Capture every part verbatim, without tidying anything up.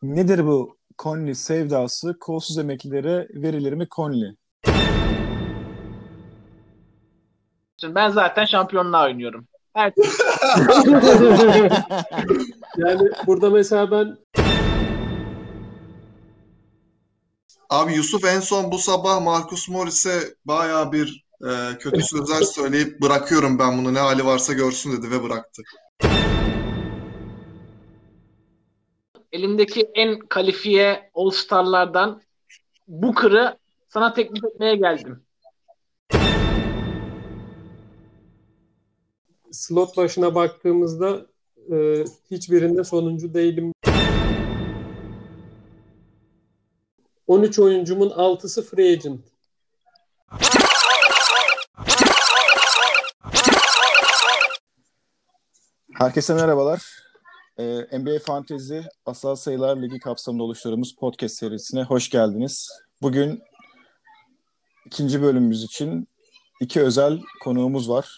Nedir bu Conley sevdası? Kolsuz emeklilere verilir mi Conley? Şimdi ben zaten şampiyonluğa oynuyorum. Her türlü. Yani burada mesela ben Abi Yusuf en son bu sabah Marcus Morris'e bayağı bir e, kötü sözler söyleyip bırakıyorum ben bunu ne hali varsa görsün dedi ve bıraktı. Elimdeki en kalifiye All-Star'lardan Booker'ı sana teklif etmeye geldim. slot başına baktığımızda e, hiçbirinde sonuncu değilim. on üç oyuncumun altısı free agent. Herkese merhabalar. Ee, N B A Fantasy Asal Sayılar Ligi kapsamında oluşturduğumuz podcast serisine hoş geldiniz. Bugün ikinci bölümümüz için iki özel konuğumuz var.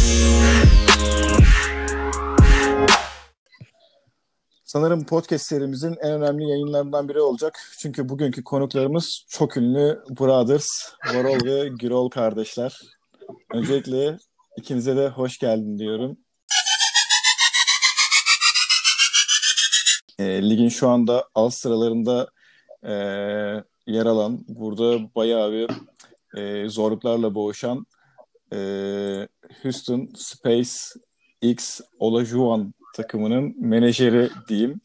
Sanırım podcast serimizin en önemli yayınlarından biri olacak. Çünkü bugünkü konuklarımız çok ünlü Brothers, Varol ve Gürol kardeşler. Öncelikle ikinize de hoş geldin diyorum. E, ligin şu anda alt sıralarında e, yer alan, burada bayağı bir e, zorluklarla boğuşan e, Houston Space X Olajuwon takımının menajeri diyeyim.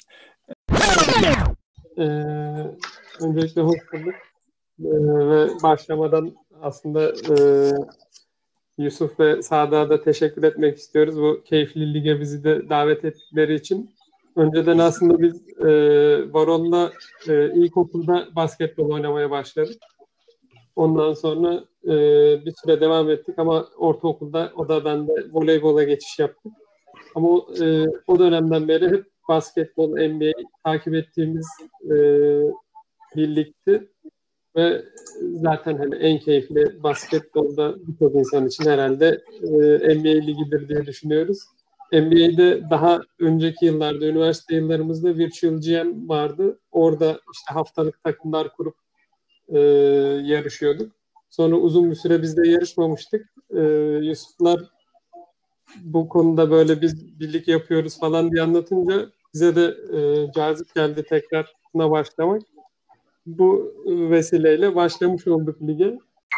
Ee, öncelikle hoş bulduk. Ee, ve başlamadan aslında e, Yusuf ve Sadık'a da teşekkür etmek istiyoruz. Bu keyifli lige bizi de davet ettikleri için. Önceden aslında biz e, Baron'la e, ilkokulda basketbol oynamaya başladık. Ondan sonra e, bir süre devam ettik ama ortaokulda o da ben de voleybola geçiş yaptık. Ama o, e, o dönemden beri hep basketbol, N B A'yi takip ettiğimiz e, bir ligdi. Ve zaten hani en keyifli basketbolda birçok insan için herhalde e, N B A ligidir diye düşünüyoruz. N B A'de daha önceki yıllarda, üniversite yıllarımızda Virtual G M vardı. Orada işte haftalık takımlar kurup e, yarışıyorduk. Sonra uzun bir süre biz de yarışmamıştık. E, Yusuflar bu konuda böyle biz birlik yapıyoruz falan diye anlatınca bize de e, cazip geldi tekrar buna başlamak. Bu vesileyle başlamış olduk lige.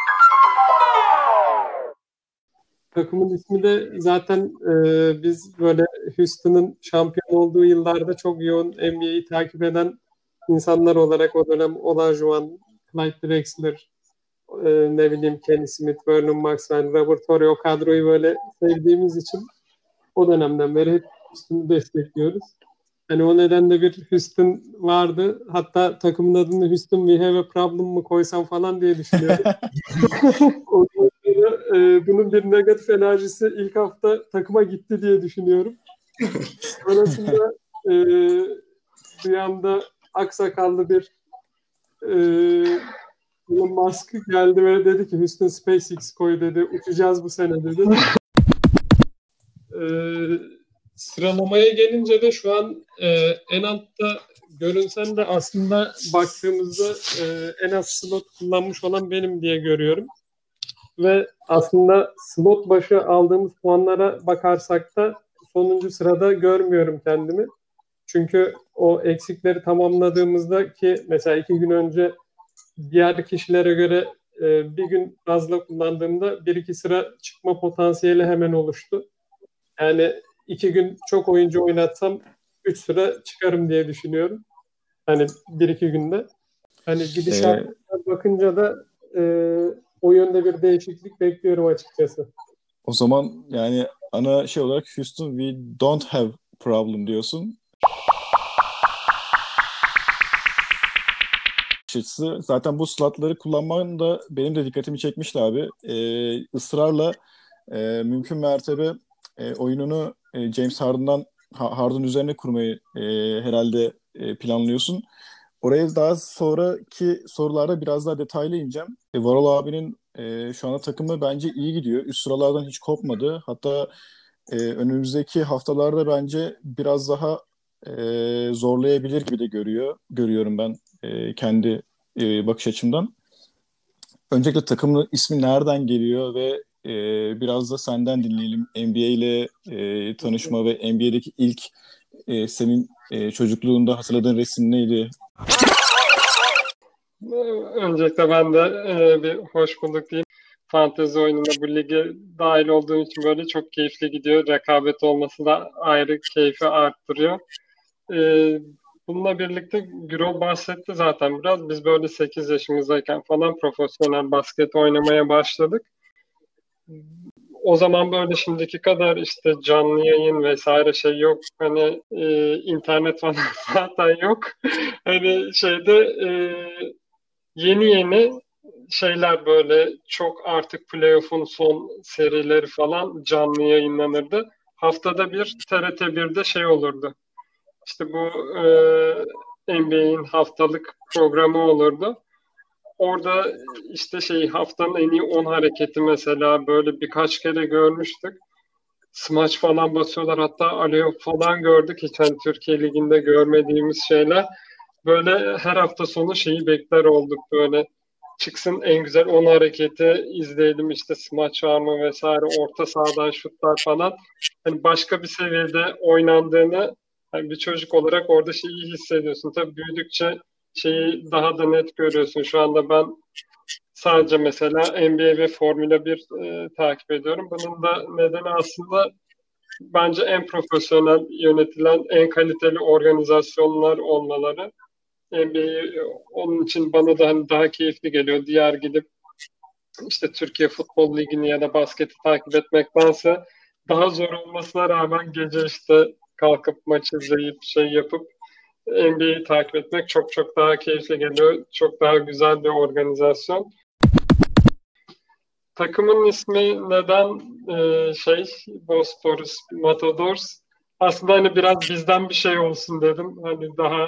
Takımın ismi de zaten e, biz böyle Houston'ın şampiyon olduğu yıllarda çok yoğun N B A'yi takip eden insanlar olarak o dönem Olajuwon, Clyde Drexler, e, ne bileyim Kenny Smith, Vernon Maxwell, Robert Horry o kadroyu böyle sevdiğimiz için o dönemden beri hep Houston'u destekliyoruz. Hani o nedenle bir Houston vardı. Hatta takımın adını Houston We Have a Problem mı koysam falan diye düşünüyorum. Ondan sonra e, bunun bir negatif enerjisi ilk hafta takıma gitti diye düşünüyorum. Sonrasında e, bir anda aksakallı bir e, Elon Musk geldi ve dedi ki Houston SpaceX koy dedi. Uçacağız bu sene dedi. Eee Sıralamaya gelince de şu an e, en altta görünsen de aslında baktığımızda e, en az slot kullanmış olan benim diye görüyorum. Ve aslında slot başı aldığımız puanlara bakarsak da sonuncu sırada görmüyorum kendimi. Çünkü o eksikleri tamamladığımızda ki mesela iki gün önce diğer kişilere göre e, bir gün fazla kullandığımda bir iki sıra çıkma potansiyeli hemen oluştu. Yani iki gün çok oyuncu oynatsam üç sıra çıkarım diye düşünüyorum. Hani bir iki günde. Hani gidişat ee, bakınca da e, o yönde bir değişiklik bekliyorum açıkçası. O zaman yani ana şey olarak Houston we don't have problem diyorsun. Açıkçası zaten bu slotları kullanmanın da benim de dikkatimi çekmişti abi. Ee, ısrarla e, mümkün mertebe e, oyununu e, James Harden'dan Harden üzerine kurmayı e, herhalde e, planlıyorsun. Oraya daha sonraki sorularda biraz daha detaylı ineceğim. E, Varol abinin e, şu anda takımı bence iyi gidiyor. Üst sıralardan hiç kopmadı. Hatta e, önümüzdeki haftalarda bence biraz daha e, zorlayabilir gibi de görüyor görüyorum ben e, kendi e, bakış açımdan. Öncelikle takımın ismi nereden geliyor ve e, biraz da senden dinleyelim. N B A ile e, tanışma ve N B A'deki ilk e, senin e, çocukluğunda hatırladığın resim neydi? Öncelikle ben de e, bir hoş bulduk diyeyim. Fantezi oyununa bu lige dahil olduğum için böyle çok keyifli gidiyor. Rekabet olması da ayrı keyfi arttırıyor. E, bununla birlikte Gürol bahsetti zaten biraz. Biz böyle sekiz yaşımızdayken falan profesyonel basket oynamaya başladık. O zaman böyle şimdiki kadar işte canlı yayın vesaire şey yok. Hani e, internet falan zaten yok. Hani şeyde e, yeni yeni şeyler böyle çok artık playoff'un son serileri falan canlı yayınlanırdı. Haftada bir T R T birde şey olurdu. İşte bu e, N B A'in haftalık programı olurdu. Orada işte şey haftanın en iyi on hareketi mesela böyle birkaç kere görmüştük. Smaç falan basıyorlar, hatta alev falan gördük. Hiç hani Türkiye Ligi'nde görmediğimiz şeyler. Böyle her hafta sonu şeyi bekler olduk, böyle çıksın en güzel on hareketi izleyelim, işte smaç var mı vesaire, orta sahadan şutlar falan. Hani başka bir seviyede oynandığını, hani bir çocuk olarak orada şeyi hissediyorsun. Tabii büyüdükçe şeyi daha da net görüyorsun. Şu anda ben sadece mesela N B A ve Formula bir e, takip ediyorum. Bunun da nedeni aslında bence en profesyonel yönetilen, en kaliteli organizasyonlar olmaları. N B A onun için bana da hani daha keyifli geliyor. Diğer gidip işte Türkiye Futbol Ligi'ni ya da basketi takip etmektense, daha zor olmasına rağmen gece işte kalkıp maç izleyip şey yapıp N B A'yi takip etmek çok çok daha keyifli geliyor. Çok daha güzel bir organizasyon. Takımın ismi neden e, şey Bosporus Matadors? Aslında hani biraz bizden bir şey olsun dedim. Hani daha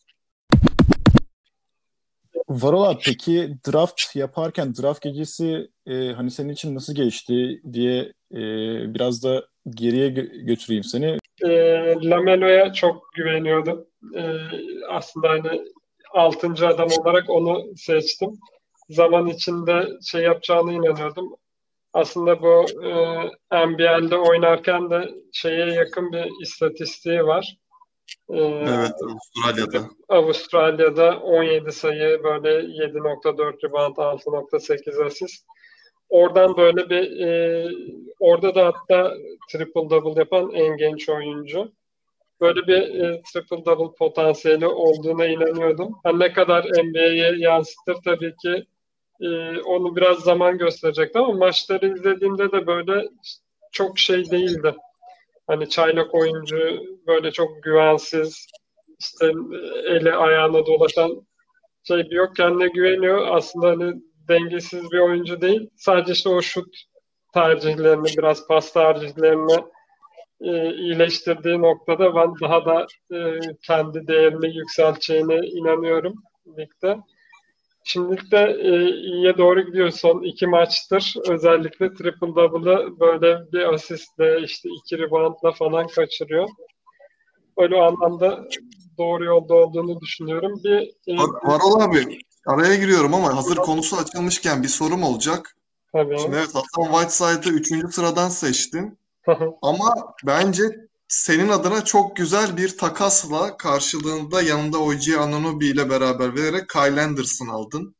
Varol peki draft yaparken draft gecesi e, hani senin için nasıl geçti diye e, biraz da geriye gö- götüreyim seni. e, Lamelo'ya çok güveniyordum. E, aslında hani altıncı adam olarak onu seçtim. Zaman içinde şey yapacağını inanıyordum. Aslında bu e, N B A'de oynarken de şeye yakın bir istatistiği var. E, Evet, Avustralya'da. Avustralya'da on yedi sayı, böyle yedi nokta dört rebound, altı nokta sekiz asist. Oradan böyle bir e, orada da hatta triple double yapan en genç oyuncu. Böyle bir e, triple double potansiyeli olduğuna inanıyordum. Ha, ne kadar N B A'ye yansıtır tabii ki e, onu biraz zaman gösterecekti, ama maçları izlediğimde de böyle çok şey değildi. Hani çaylak oyuncu, böyle çok güvensiz, işte eli ayağına dolaşan şey bir yok, kendine güveniyor. Aslında hani dengesiz bir oyuncu değil. Sadece işte o şut tercihlerini, biraz pas tercihlerini e, iyileştirdiği noktada ben daha da e, kendi değerini yükselteceğine inanıyorum ligde. Şimdilik de e, iyiye doğru gidiyor. Son iki maçtır özellikle triple double'ı böyle bir asistle, işte iki reboundla falan kaçırıyor. Öyle o anlamda doğru yolda olduğunu düşünüyorum. Bir e, Var- Varol abi, araya giriyorum ama hazır konusu açılmışken bir sorum olacak. Şimdi tabii. evet, Hasan Whiteside'ı üçüncü sıradan seçtin. Ama bence senin adına çok güzel bir takasla karşılığında yanında O G Anunoby ile beraber vererek Kyle Anderson aldın.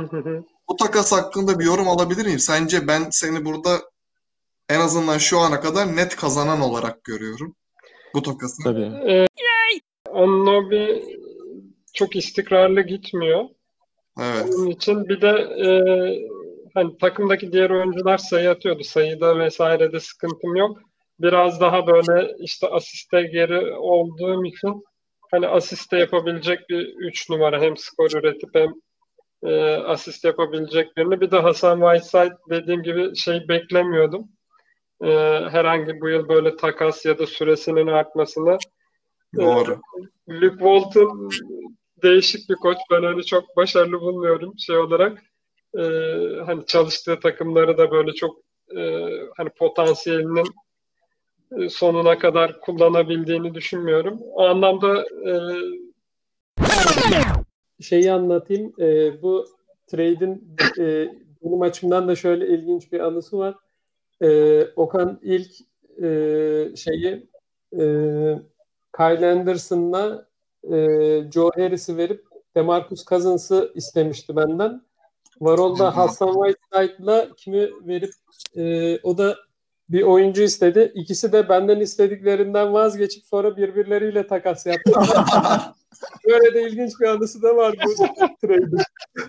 Bu takas hakkında bir yorum alabilir miyim? Sence ben seni burada en azından şu ana kadar net kazanan olarak görüyorum bu takası. Tabii. e, Onun bir çok istikrarlı gitmiyor. Evet. Onun için bir de e, hani takımdaki diğer oyuncular sayı atıyordu. Sayıda vesairede sıkıntım yok. Biraz daha böyle işte asiste geri olduğum için hani asiste yapabilecek bir üç numara, hem skor üretip hem e, asist yapabilecek birini. Bir de Hasan Whiteside, dediğim gibi şey beklemiyordum. E, herhangi bu yıl böyle takas ya da süresinin artmasını. E, Doğru. Luke Walton değişik bir koç. Ben öyle çok başarılı bulmuyorum şey olarak. Ee, hani çalıştığı takımları da böyle çok e, hani potansiyelinin sonuna kadar kullanabildiğini düşünmüyorum. O anlamda e, şeyi anlatayım. E, bu trade'in e, benim açımdan da şöyle ilginç bir anısı var. E, Okan ilk e, şeyi e, Kyle Anderson'la e, Joe Harris'i verip DeMarcus Cousins'ı istemişti benden. Varol'da Hassan Whiteside'la kimi verip e, o da bir oyuncu istedi. İkisi de benden istediklerinden vazgeçip sonra birbirleriyle takas yaptılar. Böyle de ilginç bir anısı da var bu trade'in.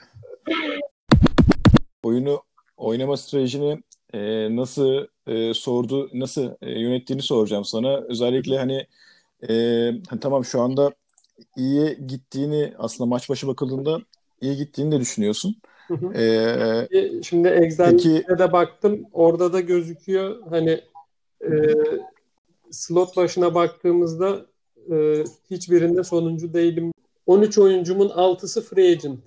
Oyunu oynama stratejini e, nasıl e, sordu, nasıl e, yönettiğini soracağım sana. Özellikle hani e, hani tamam şu anda iyi gittiğini, aslında maç başı bakıldığında iyi gittiğini de düşünüyorsun. Hı hı. E, Şimdi Excel'de peki de baktım. Orada da gözüküyor. Hani e, slot başına baktığımızda e, hiçbirinde sonuncu değilim. on üç oyuncumun altısı free agent.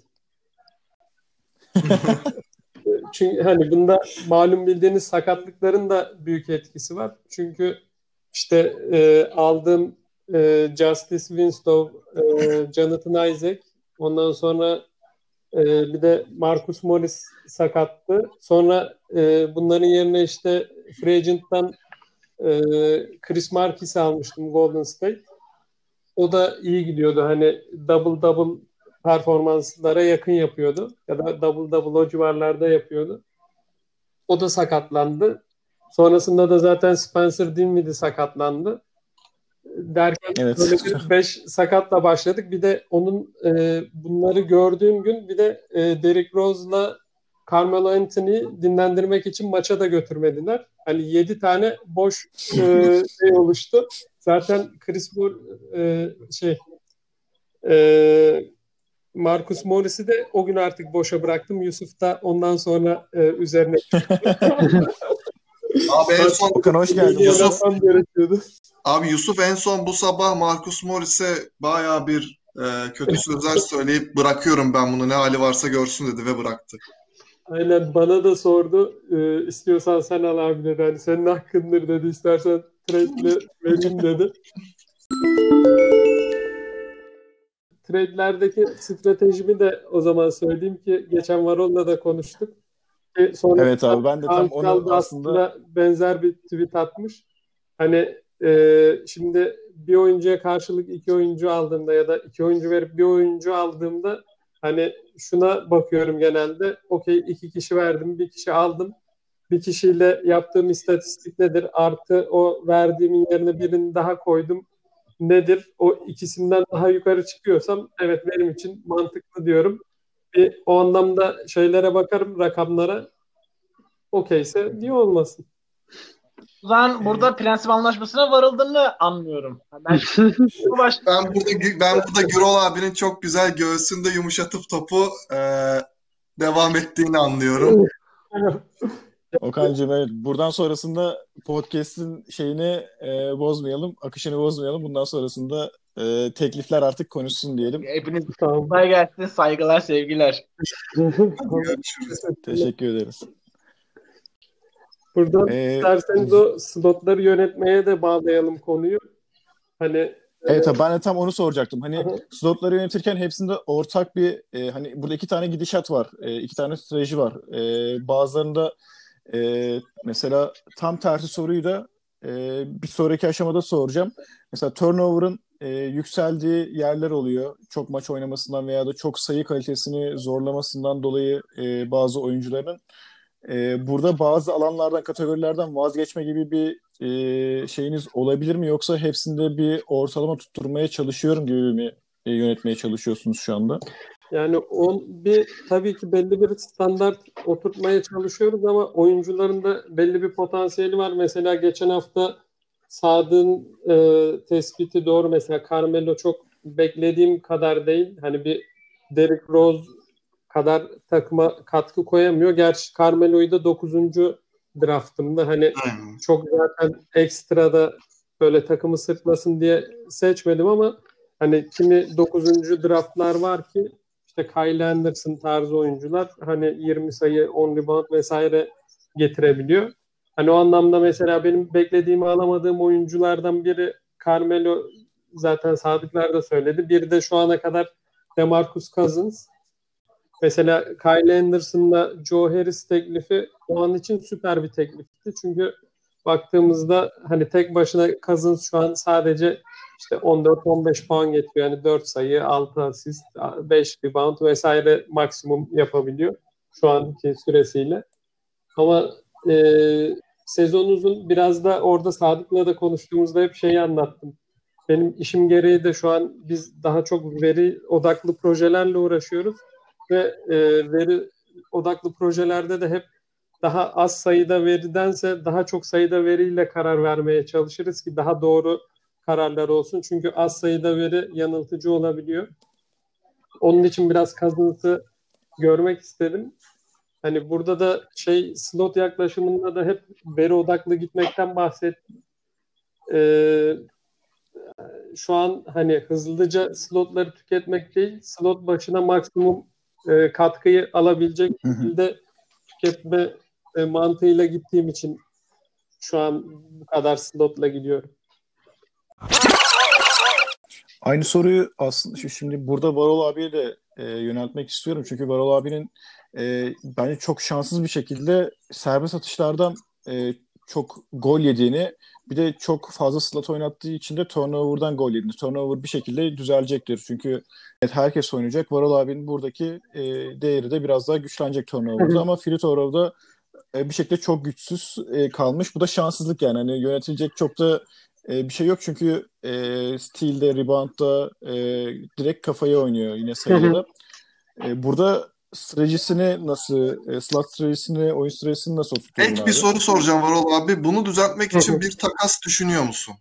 Çünkü hani bunda malum bildiğiniz sakatlıkların da büyük etkisi var. Çünkü işte e, aldığım e, Justice Winslow, e, Jonathan Isaac, ondan sonra e, bir de Marcus Morris sakattı. Sonra e, bunların yerine işte free agent'tan e, Chris Marquis'i almıştım Golden State. O da iyi gidiyordu. Hani double double performanslara yakın yapıyordu. Ya da double double o civarlarda yapıyordu. O da sakatlandı. Sonrasında da zaten Spencer Dinwiddie sakatlandı. Derken evet. böyle bir beş sakatla başladık. Bir de onun e, bunları gördüğüm gün bir de e, Derrick Rose'la Carmelo Anthony'yi dinlendirmek için maça da götürmediler. Hani yedi tane boş e, şey oluştu. Zaten Chris Moore e, şey e, Marcus Morris'i de o gün artık boşa bıraktım. Yusuf da ondan sonra e, üzerine Abi en son Okan hoş geldin. Yusuf, gerekiyordu. abi Yusuf en son bu sabah Marcus Morris'e bayağı bir e, kötü sözler söyleyip bırakıyorum ben bunu ne hali varsa görsün dedi ve bıraktı. Aynen bana da sordu. Ee, istiyorsan sen al abi dedi. Hani senin hakkındır dedi. İstersen trade'le vereyim dedi. Trade'lerdeki stratejimi de o zaman söyleyeyim ki geçen Varol'la da konuştuk. E, sonra Evet abi ben de tam onu aslında, aslında benzer bir tweet atmış. Hani e, şimdi bir oyuncuya karşılık iki oyuncu aldığımda ya da iki oyuncu verip bir oyuncu aldığımda hani şuna bakıyorum genelde. Okey iki kişi verdim, bir kişi aldım. Bir kişiyle yaptığım istatistik nedir? Artı o verdiğimin yerine birini daha koydum. Nedir? O ikisinden daha yukarı çıkıyorsam evet benim için mantıklı diyorum. Bir o anlamda şeylere bakarım, rakamlara. Okeyse niye olmasın? O zaman burada prensip anlaşmasına varıldığını anlıyorum. Ben, baş... ben burada ben burada Gürol abinin çok güzel göğsünde yumuşatıp topu e, devam ettiğini anlıyorum. Okan'cığım evet buradan sonrasında podcast'in şeyini e, bozmayalım, akışını bozmayalım. Bundan sonrasında e, teklifler artık konuşsun diyelim. Hepiniz Tamam. kolay gelsin. Saygılar, sevgiler. Görüşürüz. Teşekkür ederiz. Buradan Ee, isterseniz o slotları yönetmeye de bağlayalım konuyu. Hani Evet abi ben de tam onu soracaktım. Hani slotları yönetirken hepsinde ortak bir e, hani burada iki tane gidişat var. E, iki tane strateji var. E, bazılarında e, mesela tam tersi soruyu da e, bir sonraki aşamada soracağım. Mesela turnover'ın e, yükseldiği yerler oluyor. Çok maç oynamasından veya da çok sayı kalitesini zorlamasından dolayı e, bazı oyuncuların e, burada bazı alanlardan, kategorilerden vazgeçme gibi bir e, şeyiniz olabilir mi? Yoksa hepsinde bir ortalama tutturmaya çalışıyorum gibi mi e, yönetmeye çalışıyorsunuz şu anda? yani on bir tabii ki belli bir standart oturtmaya çalışıyoruz ama oyuncuların da belli bir potansiyeli var. Mesela geçen hafta Sadık'ın e, tespiti doğru. Mesela Carmelo çok beklediğim kadar değil. Hani bir Derrick Rose kadar takıma katkı koyamıyor. Gerçi Carmelo'yu da dokuzuncu draftımda hani Aynen. çok zaten ekstra da böyle takımı sırtlasın diye seçmedim ama hani kimi dokuzuncu draftlar var ki işte Kyle Anderson tarzı oyuncular hani yirmi sayı, on rebound vesaire getirebiliyor. Hani o anlamda mesela benim beklediğimi alamadığım oyunculardan biri Carmelo, zaten Sadıklar da söyledi. Biri de şu ana kadar DeMarcus Cousins. Mesela Kyle Anderson'la Joe Harris teklifi o an için süper bir teklifti. Çünkü baktığımızda hani tek başına Cousins şu an sadece işte on dört on beş puan getiriyor. Yani dört sayı, altı asist, beş rebound vesaire maksimum yapabiliyor şu anki süresiyle. Ama e, sezon uzun, biraz da orada Sadık'la da konuştuğumuzda hep şeyi anlattım. Benim işim gereği de şu an biz daha çok veri odaklı projelerle uğraşıyoruz ve e, veri odaklı projelerde de hep daha az sayıda veridense daha çok sayıda veriyle karar vermeye çalışırız ki daha doğru kararlar olsun. Çünkü az sayıda veri yanıltıcı olabiliyor. Onun için biraz Cousins'ı görmek istedim. Hani burada da şey, slot yaklaşımında da hep veri odaklı gitmekten bahsettim. Ee, şu an hani hızlıca slotları tüketmek değil, slot başına maksimum e, katkıyı alabilecek şekilde tüketme e, mantığıyla gittiğim için şu an bu kadar slotla gidiyorum. Aynı soruyu aslında şu- şimdi burada Varol abiye de e, yöneltmek istiyorum. Çünkü Varol abinin e, bence çok şanssız bir şekilde serbest atışlardan e, çok gol yediğini, bir de çok fazla slot oynattığı için de turnover'dan gol yediğini. Turnover bir şekilde düzelecektir. Çünkü evet, herkes oynayacak. Varol abinin buradaki e, değeri de biraz daha güçlenecek turnover'da, ama free turnover'da e, bir şekilde çok güçsüz e, kalmış. Bu da şanssızlık yani. Hani yönetilecek çok da e, bir şey yok, çünkü e, steal'de, rebound'da e, direkt kafaya oynuyor yine sayıda. E, burada stratejisini nasıl, e, slot stratejisini, oyun stratejisini nasıl oturtturdun Ek abi? bir soru soracağım Varol abi. Bunu düzeltmek için bir takas düşünüyor musun?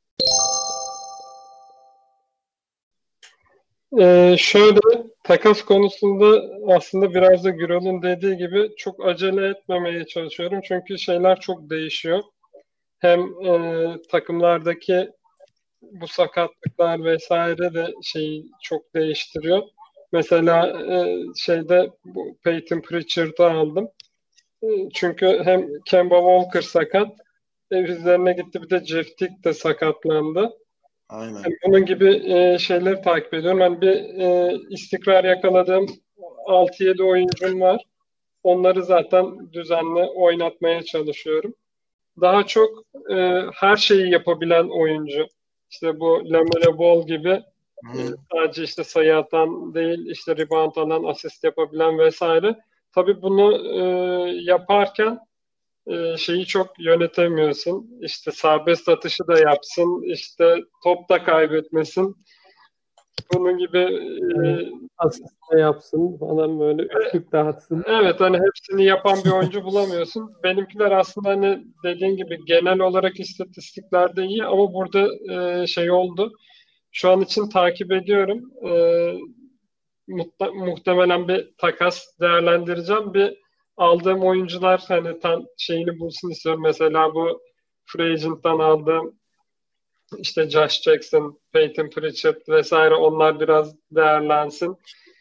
Ee, şöyle, takas konusunda aslında biraz da Gürol'un dediği gibi çok acele etmemeye çalışıyorum. Çünkü şeyler çok değişiyor. Hem e, takımlardaki bu sakatlıklar vesaire de şeyi çok değiştiriyor. Mesela e, şeyde bu Peyton Pritchard'ı aldım. E, çünkü hem Kemba Walker sakat, e, üzerine gitti, bir de Jeff Teague de sakatlandı. Aynen. Yani bunun gibi e, şeyleri takip ediyorum. Yani bir e, istikrar yakaladığım altı yedi oyuncum var. Onları zaten düzenli oynatmaya çalışıyorum. Daha çok e, her şeyi yapabilen oyuncu. İşte bu Lamelo Ball gibi e, sadece işte sayı atan değil, işte rebound alan, asist yapabilen vesaire. Tabii bunu e, yaparken e, şeyi çok yönetemiyorsun. İşte serbest atışı da yapsın, işte top da kaybetmesin. Bunun gibi e, asist de yapsın falan, böyle üçlük dağıtsın. Evet, hani hepsini yapan bir oyuncu bulamıyorsun. Benimkiler aslında hani dediğin gibi genel olarak istatistiklerde iyi, ama burada e, şey oldu. Şu an için takip ediyorum. E, muhte- muhtemelen bir takas değerlendireceğim. Bir aldığım oyuncular hani tam şeyini bulsun istiyorum. Mesela bu free agent'tan aldığım işte Josh Jackson, Peyton Pritchard vesaire, onlar biraz değerlensin.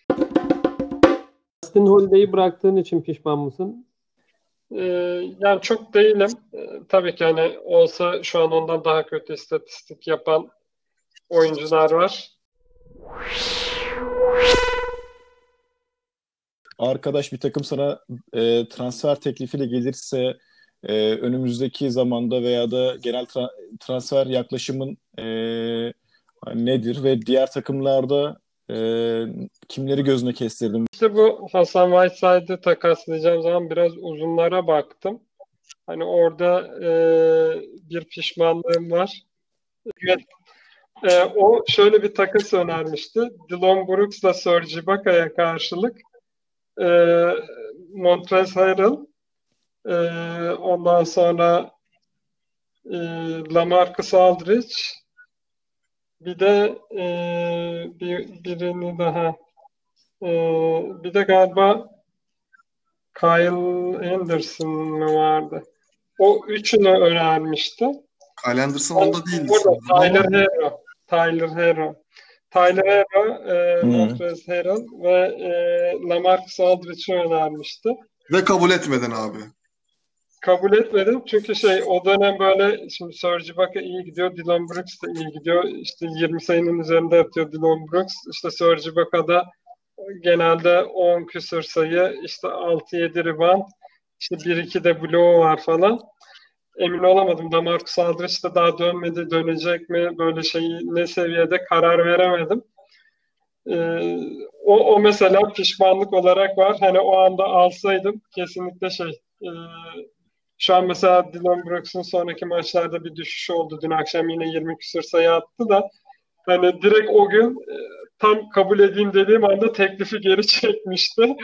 Justin Holiday'i bıraktığın için pişman mısın? Ee, yani çok değilim. Ee, tabii ki hani olsa şu an ondan daha kötü istatistik yapan oyuncular var. Arkadaş bir takım sana e, transfer teklifiyle gelirse e, önümüzdeki zamanda veya da genel tra- transfer yaklaşımın e, nedir ve diğer takımlarda e, kimleri gözüne kestirdin? İşte bu Hasan Whiteside'ı takaslayacağım zaman biraz uzunlara baktım. Hani orada e, bir pişmanlığım var. Evet. E, o şöyle bir takas önermişti. Dillon Brooks'la Serge Ibaka'ya karşılık e, Montrezl Harrell, e, ondan sonra e, LaMarcus Aldridge, bir de e, bir, birini daha e, bir de galiba Kyle Anderson mı vardı? O üçünü önermişti. Kyle Anderson onda değildi Burada sanırım. Tyler Hero. Tyler Hero. Tyler Hero, e, Hmm. Montrezl Harrell ve e, LaMarcus Aldridge'i önermişti. Ve kabul etmedin abi. kabul etmedim. Çünkü şey o dönem böyle şimdi Serge Ibaka iyi gidiyor. Dillon Brooks da iyi gidiyor. İşte yirmi sayının üzerinde atıyor Dillon Brooks. İşte Serge Ibaka da genelde on küsur sayı, işte altı yedi rebound, işte bir iki de bloğu var falan. Emin olamadım. DeMarcus Aldridge de daha dönmedi. Dönecek mi? Böyle şeyi ne seviyede karar veremedim. Ee, o, o mesela pişmanlık olarak var. Hani o anda alsaydım kesinlikle şey e, şu an mesela Dillon Brooks'un sonraki maçlarda bir düşüş oldu. Dün akşam yine yirmi küsur sayı attı da hani direkt o gün e, tam kabul edeyim dediğim anda teklifi geri çekmişti.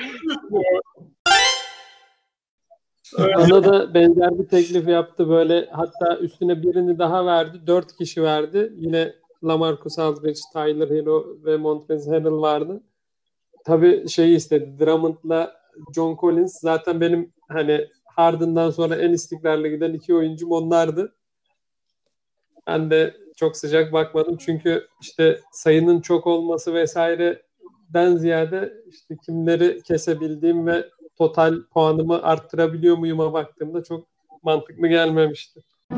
Bana da benzer bir teklif yaptı böyle, hatta üstüne birini daha verdi. Dört kişi verdi. Yine LaMarcus Aldridge, Tyler Hero ve Montrezl Harrell vardı. Tabii şeyi istedi. Drummond'la John Collins zaten benim hani Harden'dan sonra en istikrarlı giden iki oyuncum onlardı. Ben de çok sıcak bakmadım çünkü işte sayının çok olması vesaireden ziyade işte kimleri kesebildiğim ve total puanımı arttırabiliyor muyum'a baktığımda çok mantıklı gelmemişti.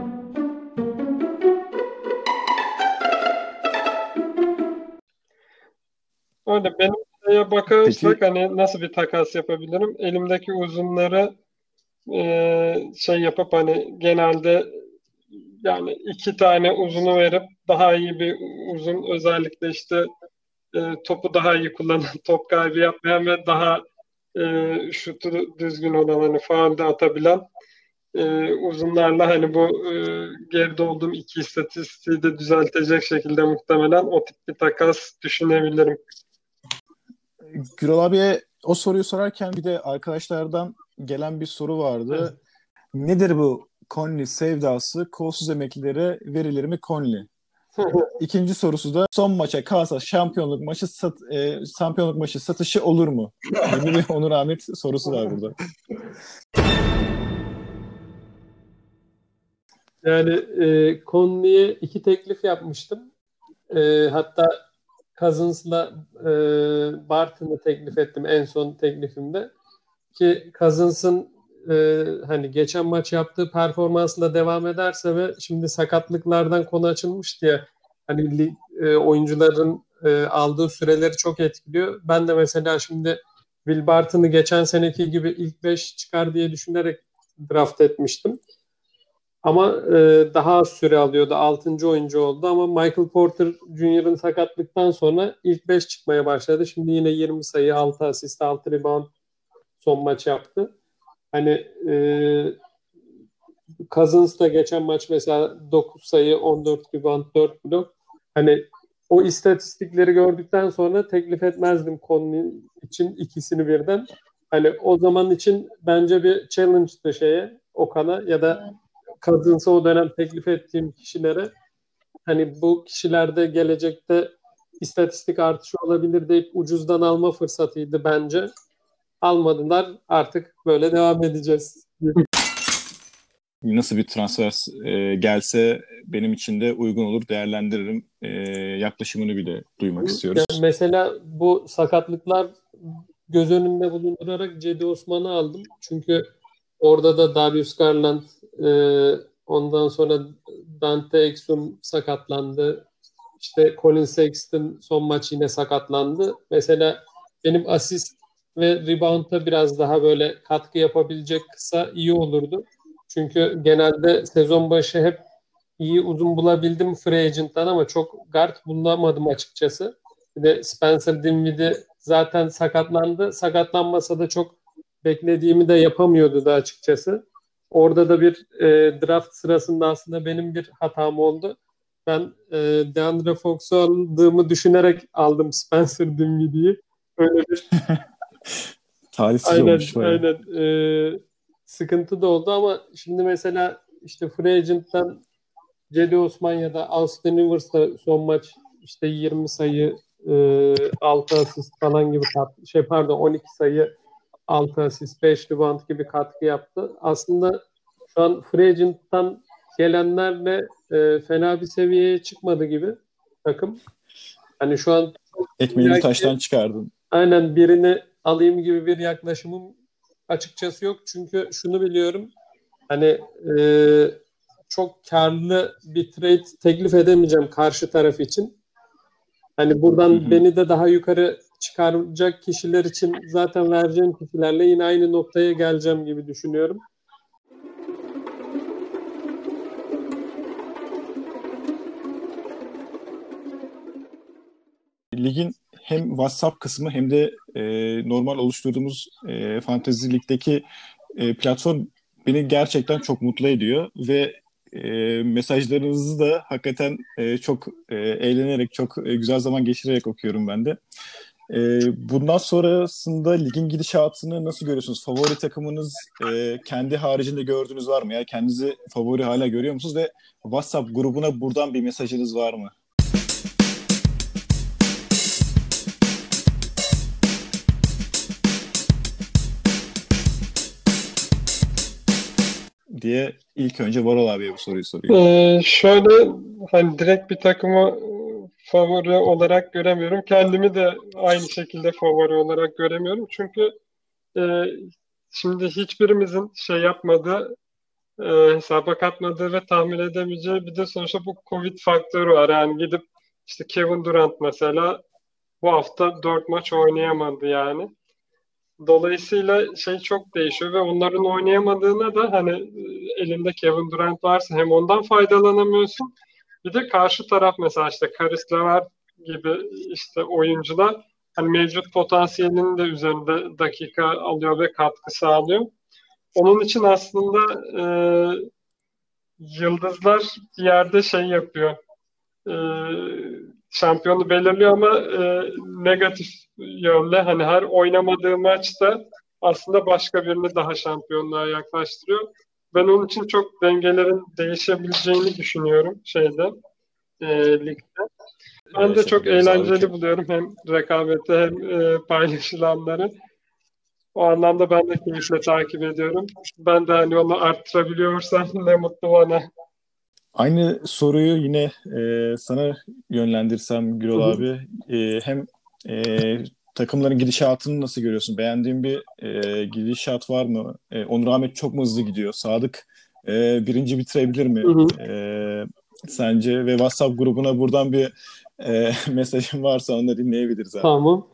Öyle benim şeye bakarsak Peki. hani nasıl bir takas yapabilirim? Elimdeki uzunları e, şey yapıp hani genelde yani iki tane uzunu verip daha iyi bir uzun, özellikle işte e, topu daha iyi kullanan, top kaybı yapmayan ve daha e, şutu düzgün olan, hani faul de atabilen e, uzunlarla hani bu e, geride olduğum iki istatistiği de düzeltecek şekilde muhtemelen o tip bir takas düşünebilirim. Gürol abiye o soruyu sorarken bir de arkadaşlardan gelen bir soru vardı. Evet. Nedir bu Conley sevdası? Kolsuz emeklilere verilir mi Conley? İkinci sorusu da son maça kalsa şampiyonluk maçı sat, e, şampiyonluk maçı satışı olur mu? Gibi bir Onur Ahmet sorusu var burada. Yani e, Conley'e iki teklif yapmıştım. E, hatta Cousins'la e, Barton'u teklif ettim en son teklifimde. Ki Cousins'ın e, hani geçen maç yaptığı performansla devam ederse ve şimdi sakatlıklardan konu açılmıştı ya, hani e, oyuncuların e, aldığı süreleri çok etkiliyor. Ben de mesela şimdi Will Barton'u geçen seneki gibi ilk beş çıkar diye düşünerek draft etmiştim. Ama e, daha az süre alıyordu. altıncı oyuncu oldu ama Michael Porter Junior'ın sakatlıktan sonra ilk beş çıkmaya başladı. Şimdi yine yirmi sayı, altı asist, altı rebound son maç yaptı. Hani e, Cousins da geçen maç mesela dokuz sayı, on dört rebound, dört blok. Hani o istatistikleri gördükten sonra teklif etmezdim Conley için ikisini birden. Hani o zaman için bence bir challenge'dı şeye, Okan'a ya da Cousins'a o dönem teklif ettiğim kişilere. Hani bu kişilerde gelecekte istatistik artışı olabilir deyip ucuzdan alma fırsatıydı bence. Almadılar. Artık böyle devam edeceğiz. Nasıl bir transfer e, gelse benim için de uygun olur, değerlendiririm. E, yaklaşımını bile duymak istiyoruz. Yani mesela bu sakatlıklar göz önünde bulundurarak Cedi Osman'ı aldım. Çünkü orada da Darius Garland, e, ondan sonra Dante Exum sakatlandı. İşte Colin Sexton son maç yine sakatlandı. Mesela benim asist ve rebound'a biraz daha böyle katkı yapabilecek kısa iyi olurdu. Çünkü genelde sezon başı hep iyi uzun bulabildim free agent'tan ama çok guard bulamadım açıkçası. Bir de Spencer Dinwiddie zaten sakatlandı. Sakatlanmasa da çok beklediğimi de yapamıyordu da açıkçası. Orada da bir e, draft sırasında aslında benim bir hatam oldu. Ben e, DeAndre Fox'u aldığımı düşünerek aldım Spencer Dinwiddie'yi. Öyle bir Talihsiz aynen, olmuş bayağı. aynen. E, sıkıntı da oldu ama şimdi mesela işte free agent'tan Cedi Osman ya da Austin Rivers da son maç işte yirmi sayı, e, altı asist falan gibi kat, şey pardon on iki sayı, altı asist, beş rebound gibi katkı yaptı. Aslında şu an free agent'tan gelenlerle e, fena bir seviyeye çıkmadı gibi takım. Hani şu an Ekmeğini taştan çıkardın. aynen birini alayım gibi bir yaklaşımım açıkçası yok. Çünkü şunu biliyorum. hani e, çok karlı bir trade teklif edemeyeceğim karşı taraf için. Hani buradan Hı hı. beni de daha yukarı çıkaracak kişiler için zaten vereceğim kişilerle yine aynı noktaya geleceğim gibi düşünüyorum. Ligin hem WhatsApp kısmı hem de e, normal oluşturduğumuz e, Fantasy Lig'deki e, platform beni gerçekten çok mutlu ediyor ve e, mesajlarınızı da hakikaten e, çok e, eğlenerek, çok e, güzel zaman geçirerek okuyorum ben de. E, bundan sonrasında ligin gidişatını nasıl görüyorsunuz? Favori takımınız e, kendi haricinde gördüğünüz var mı? Ya kendinizi favori hala görüyor musunuz ve WhatsApp grubuna buradan bir mesajınız var mı? diye ilk önce Varol abiye bu soruyu soruyor. Ee, şöyle hani direkt bir takımı favori olarak göremiyorum. Kendimi de aynı şekilde favori olarak göremiyorum. Çünkü e, şimdi hiçbirimizin şey yapmadığı, e, hesaba katmadığı ve tahmin edemeyeceği bir de sonuçta bu Covid faktörü var. Yani gidip işte Kevin Durant mesela bu hafta dört maç oynayamadı yani. Dolayısıyla şey çok değişiyor ve onların oynayamadığına da hani elinde Kevin Durant varsa hem ondan faydalanamıyorsun. Bir de karşı taraf mesela işte Caris LeVert gibi işte oyuncular hani mevcut potansiyelinin de üzerinde dakika alıyor ve katkı sağlıyor. Onun için aslında e, yıldızlar bir yerde şey yapıyor. E, şampiyonu belirliyor ama e, negatif yönde hani her oynamadığı maçta aslında başka birini daha şampiyonluğa yaklaştırıyor. Ben onun için çok dengelerin değişebileceğini düşünüyorum şeyde e, ligde. Ben de çok eğlenceli buluyorum hem rekabeti hem e, paylaşılanları. O anlamda ben de keyifle takip ediyorum. Ben de hani onu arttırabiliyorsam ne mutlu bana. Aynı soruyu yine e, sana yönlendirsem Gürol Hı hı. abi. E, hem e, takımların gidişatını nasıl görüyorsun? Beğendiğin bir e, gidişat var mı? E, Onur Ahmet çok mu hızlı gidiyor? Sadık e, birinci bitirebilir mi? Hı hı. E, sence? Ve WhatsApp grubuna buradan bir e, mesajın varsa onu da dinleyebiliriz abi. Tamam.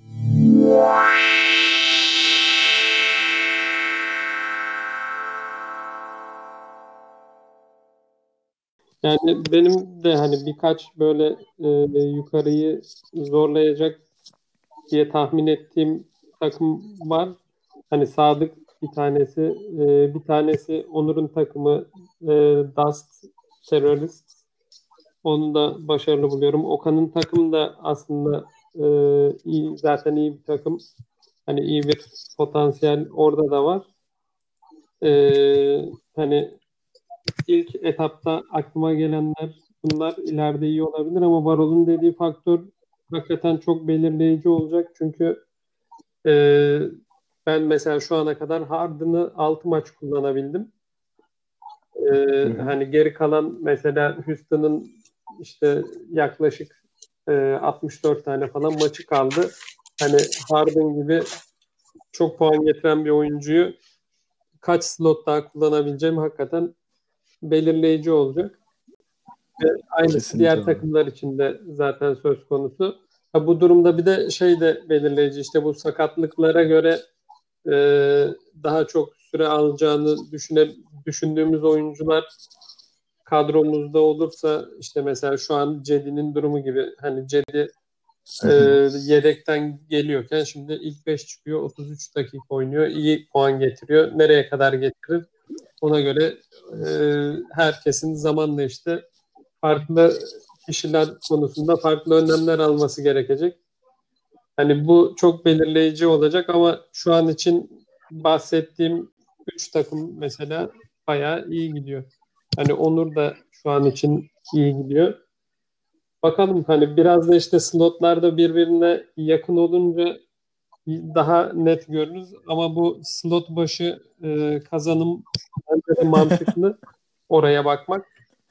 Yani benim de hani birkaç böyle e, yukarıyı zorlayacak diye tahmin ettiğim takım var. Hani Sadık bir tanesi, e, bir tanesi Onur'un takımı e, Dust Terrorist. Onu da başarılı buluyorum. Okan'ın takımı da aslında e, iyi, zaten iyi bir takım. Hani iyi bir potansiyel orada da var. E, hani ilk etapta aklıma gelenler bunlar ileride iyi olabilir ama Varol'un dediği faktör hakikaten çok belirleyici olacak. Çünkü e, ben mesela şu ana kadar Harden'ı altı maç kullanabildim. E, hani geri kalan mesela Houston'ın işte yaklaşık e, altmış dört tane falan maçı kaldı. Hani Harden gibi çok puan getiren bir oyuncuyu kaç slot daha kullanabileceğim hakikaten belirleyici olacak. Ve aynısı Kesinlikle diğer abi. takımlar için de zaten söz konusu. Ha, bu durumda bir de şey de belirleyici işte bu sakatlıklara göre e, daha çok süre alacağını düşüne, düşündüğümüz oyuncular kadromuzda olursa işte mesela şu an Cedi'nin durumu gibi hani Cedi e, yedekten geliyorken şimdi ilk beş çıkıyor otuz üç dakika oynuyor iyi puan getiriyor. Nereye kadar getirir? Ona göre e, herkesin zamanla işte farklı kişiler konusunda farklı önlemler alması gerekecek. Hani bu çok belirleyici olacak ama şu an için bahsettiğim üç takım mesela bayağı iyi gidiyor. Hani Onur da şu an için iyi gidiyor. Bakalım hani biraz da işte slotlarda birbirine yakın olunca daha net görürüz ama bu slot başı e, kazanım bence de mantıklı oraya bakmak.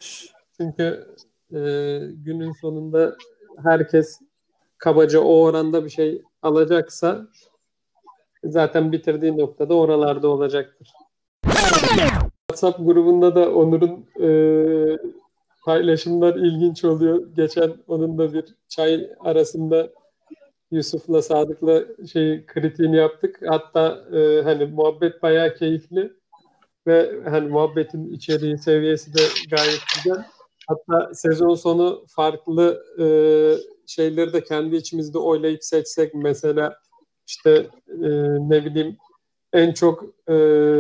Çünkü e, günün sonunda herkes kabaca o oranda bir şey alacaksa zaten bitirdiği noktada oralarda olacaktır. WhatsApp grubunda da Onur'un e, paylaşımlar ilginç oluyor. Geçen onun da bir çay arasında Yusuf'la Sadık'la şey kritiğini yaptık. Hatta e, hani muhabbet bayağı keyifli ve hani muhabbetin içeriği seviyesi de gayet güzel. Hatta sezon sonu farklı e, şeyleri de kendi içimizde oylayıp seçsek, mesela işte e, ne bileyim en çok e,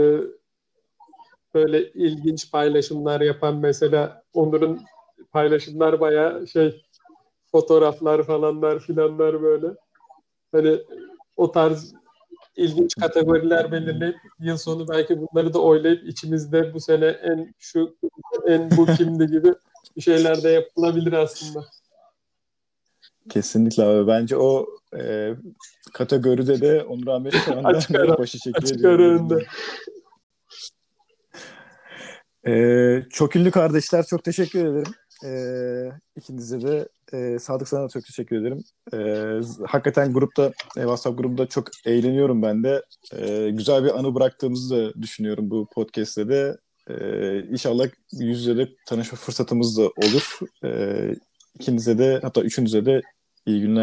böyle ilginç paylaşımlar yapan, mesela Onur'un paylaşımlar bayağı şey, fotoğraflar falanlar filanlar böyle. Hani o tarz ilginç kategoriler belirleyip yıl sonu belki bunları da oylayıp içimizde bu sene en şu en bu kimdi gibi bir şeyler de yapılabilir aslında. Kesinlikle abi. Bence o e, kategoride de Onur Ahmet şu anda Açık ara, net başı çekiyor açık ara diyebilirim önde. ben. Ee, çok ünlü kardeşler, çok teşekkür ederim. Ee, ikinize de e, Sadık, sana da çok teşekkür ederim. Ee, z- hakikaten grupta, e, WhatsApp grubunda çok eğleniyorum ben de. Ee, güzel bir anı bıraktığımızı da düşünüyorum bu podcast'te de. Ee, İnşallah yüz yüze de tanışma fırsatımız da olur. Ee, ikinize de, hatta üçünüze de iyi günler.